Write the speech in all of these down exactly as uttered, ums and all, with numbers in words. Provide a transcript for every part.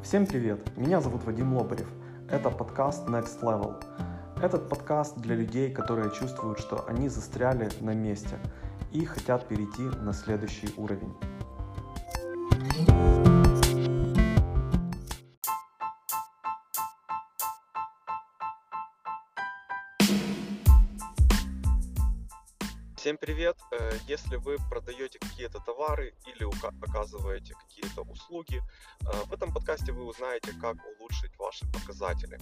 Всем привет! Меня зовут Вадим Лобарев. Это подкаст Next Level. Этот подкаст для людей, которые чувствуют, что они застряли на месте и хотят перейти на следующий уровень. Всем привет! Если вы продаете какие-то товары или оказываете какие-то услуги, в этом подкасте вы узнаете, как улучшить ваши показатели.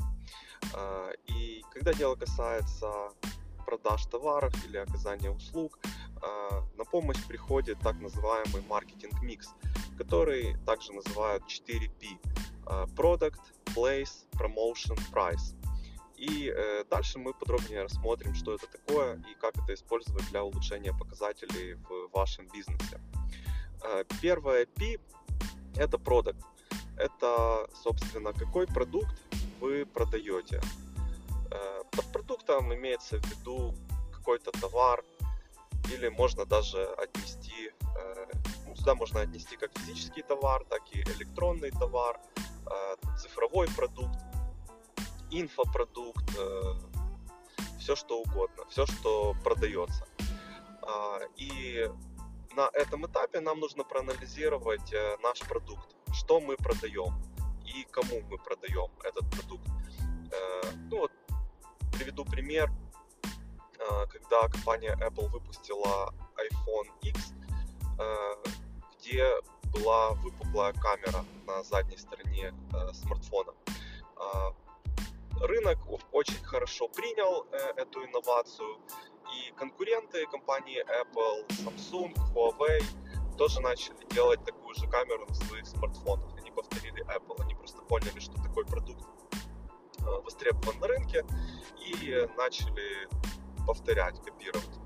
И когда дело касается продаж товаров или оказания услуг, на помощь приходит так называемый маркетинг-микс, который также называют четыре пи – Product, Place, Promotion, Price. И э, дальше мы подробнее рассмотрим, что это такое и как это использовать для улучшения показателей в вашем бизнесе. Э, первое P – это продукт. Это, собственно, какой продукт вы продаете. Э, под продуктом имеется в виду какой-то товар, или можно даже отнести, э, сюда можно отнести как физический товар, так и электронный товар, э, цифровой продукт, инфопродукт, э, все что угодно, все, что продается. А, и на этом этапе нам нужно проанализировать э, наш продукт, что мы продаем и кому мы продаем этот продукт. Э, ну вот, приведу пример, э, когда компания Apple выпустила iPhone X, э, где была выпуклая камера на задней стороне э, смартфона. Э, Рынок очень хорошо принял э, эту инновацию, и конкуренты компании Apple, Samsung, Huawei тоже начали делать такую же камеру на своих смартфонах. Они повторили Apple, они просто поняли, что такой продукт э, востребован на рынке, и начали повторять, копировать.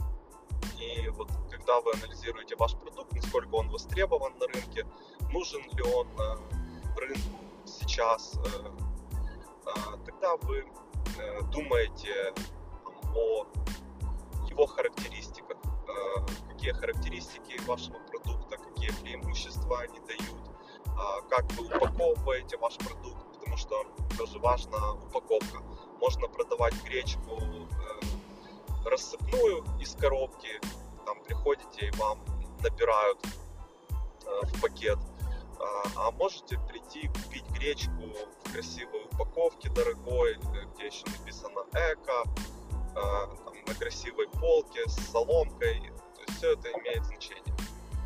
И вот когда вы анализируете ваш продукт, насколько он востребован на рынке, нужен ли он э, рынку сейчас, э, тогда вы э, думаете о его характеристиках, э, какие характеристики вашего продукта, какие преимущества они дают, э, как вы упаковываете ваш продукт, потому что тоже важна упаковка. Можно продавать гречку э, рассыпную из коробки, там приходите и вам набирают э, в пакет. А можете прийти купить гречку в красивой упаковке, дорогой, где еще написано эко, там, на красивой полке с соломкой. То есть все это имеет значение.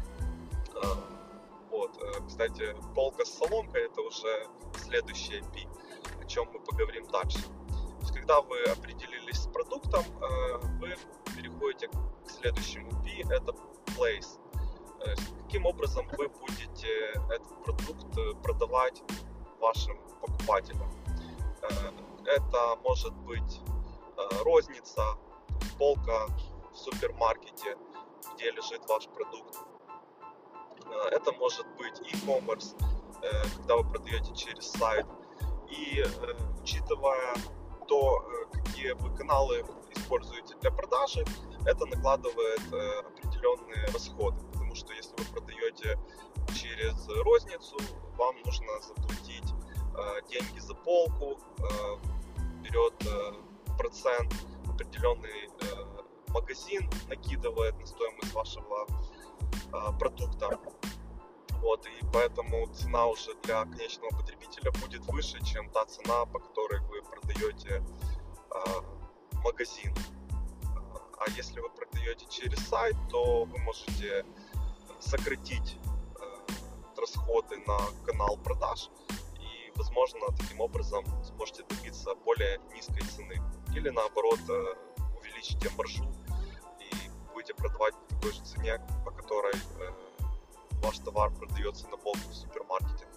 Вот. Кстати, полка с соломкой — это уже следующее пи, о чем мы поговорим дальше. То есть, когда вы определились с продуктом, вы переходите к следующему пи, это place. Каким образом вы будете этот продукт продавать вашим покупателям. Это может быть розница, полка в супермаркете, где лежит ваш продукт. Это может быть e-commerce, когда вы продаете через сайт. И учитывая то, какие вы каналы используете для продажи, это накладывает определенные расходы. Потому что если вы продаете через розницу, вам нужно заплатить э, деньги за полку, э, берет э, процент определенный э, магазин, накидывает на стоимость вашего э, продукта. Вот, и поэтому цена уже для конечного потребителя будет выше, чем та цена, по которой вы продаете э, магазин. А если вы продаете через сайт, то вы можете сократить э, расходы на канал продаж и, возможно, таким образом сможете добиться более низкой цены. Или наоборот, э, увеличите маржу и будете продавать по такой же цене, по которой э, ваш товар продается на полке в супермаркете.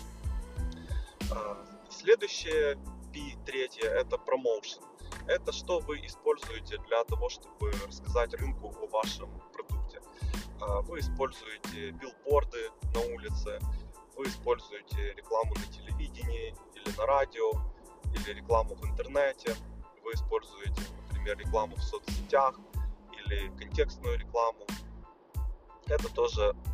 Э, следующее пи, третье, это промоушен. Это что вы используете для того, чтобы рассказать рынку о вашем продукте. Вы используете билборды на улице, вы используете рекламу на телевидении или на радио, или рекламу в интернете, вы используете, например, рекламу в соцсетях или контекстную рекламу. Это тоже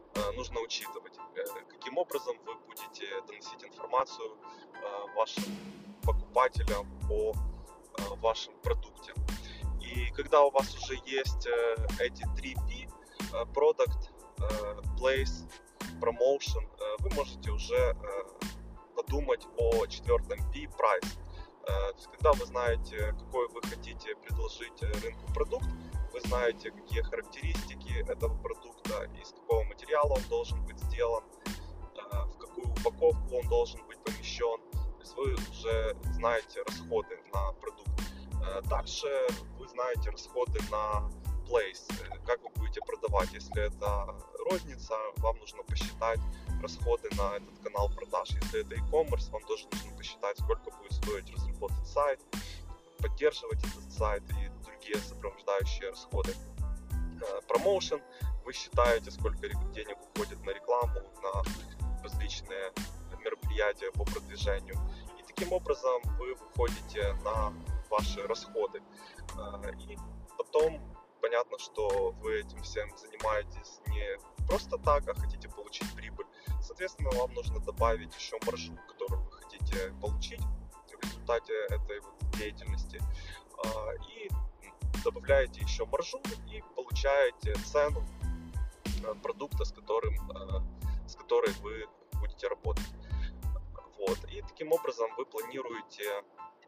нужно учитывать, каким образом вы будете доносить информацию вашим покупателям о вашем продукте. И когда у вас уже есть эти три пи, Product, Place, Promotion, вы можете уже подумать о четвертом пи, Price. Когда вы знаете, какой вы хотите предложить рынку продукт, вы знаете, какие характеристики этого продукта, из какого материала он должен быть сделан, в какую упаковку он должен быть помещен. То есть вы уже знаете расходы на продукт. Также вы знаете расходы на place, как вы будете продавать. Если это розница, вам нужно посчитать расходы на этот канал продаж. Если это e-commerce, вам тоже нужно посчитать, сколько будет стоить разработать сайт, поддерживать этот сайт и другие сопровождающие расходы. Промоушен, вы считаете, сколько денег уходит на рекламу, на различные мероприятия по продвижению. И таким образом вы выходите на ваши расходы. И потом понятно, что вы этим всем занимаетесь не просто так, а хотите получить прибыль. Соответственно, вам нужно добавить еще маржу, которую вы хотите получить в результате этой вот деятельности. И добавляете еще маржу и получаете цену продукта, с которым, с которой вы будете работать. Вот. И таким образом вы планируете,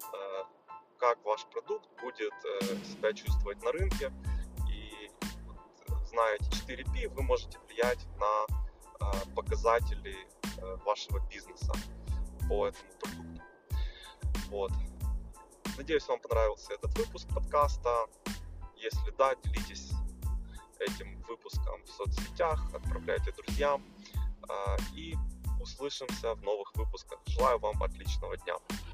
как ваш продукт будет себя чувствовать на рынке. И зная эти четыре пи, вы можете влиять на показатели вашего бизнеса по этому продукту. Вот. Надеюсь, вам понравился этот выпуск подкаста. Если да, делитесь этим выпуском в соцсетях, отправляйте друзьям. И услышимся в новых выпусках. Желаю вам отличного дня.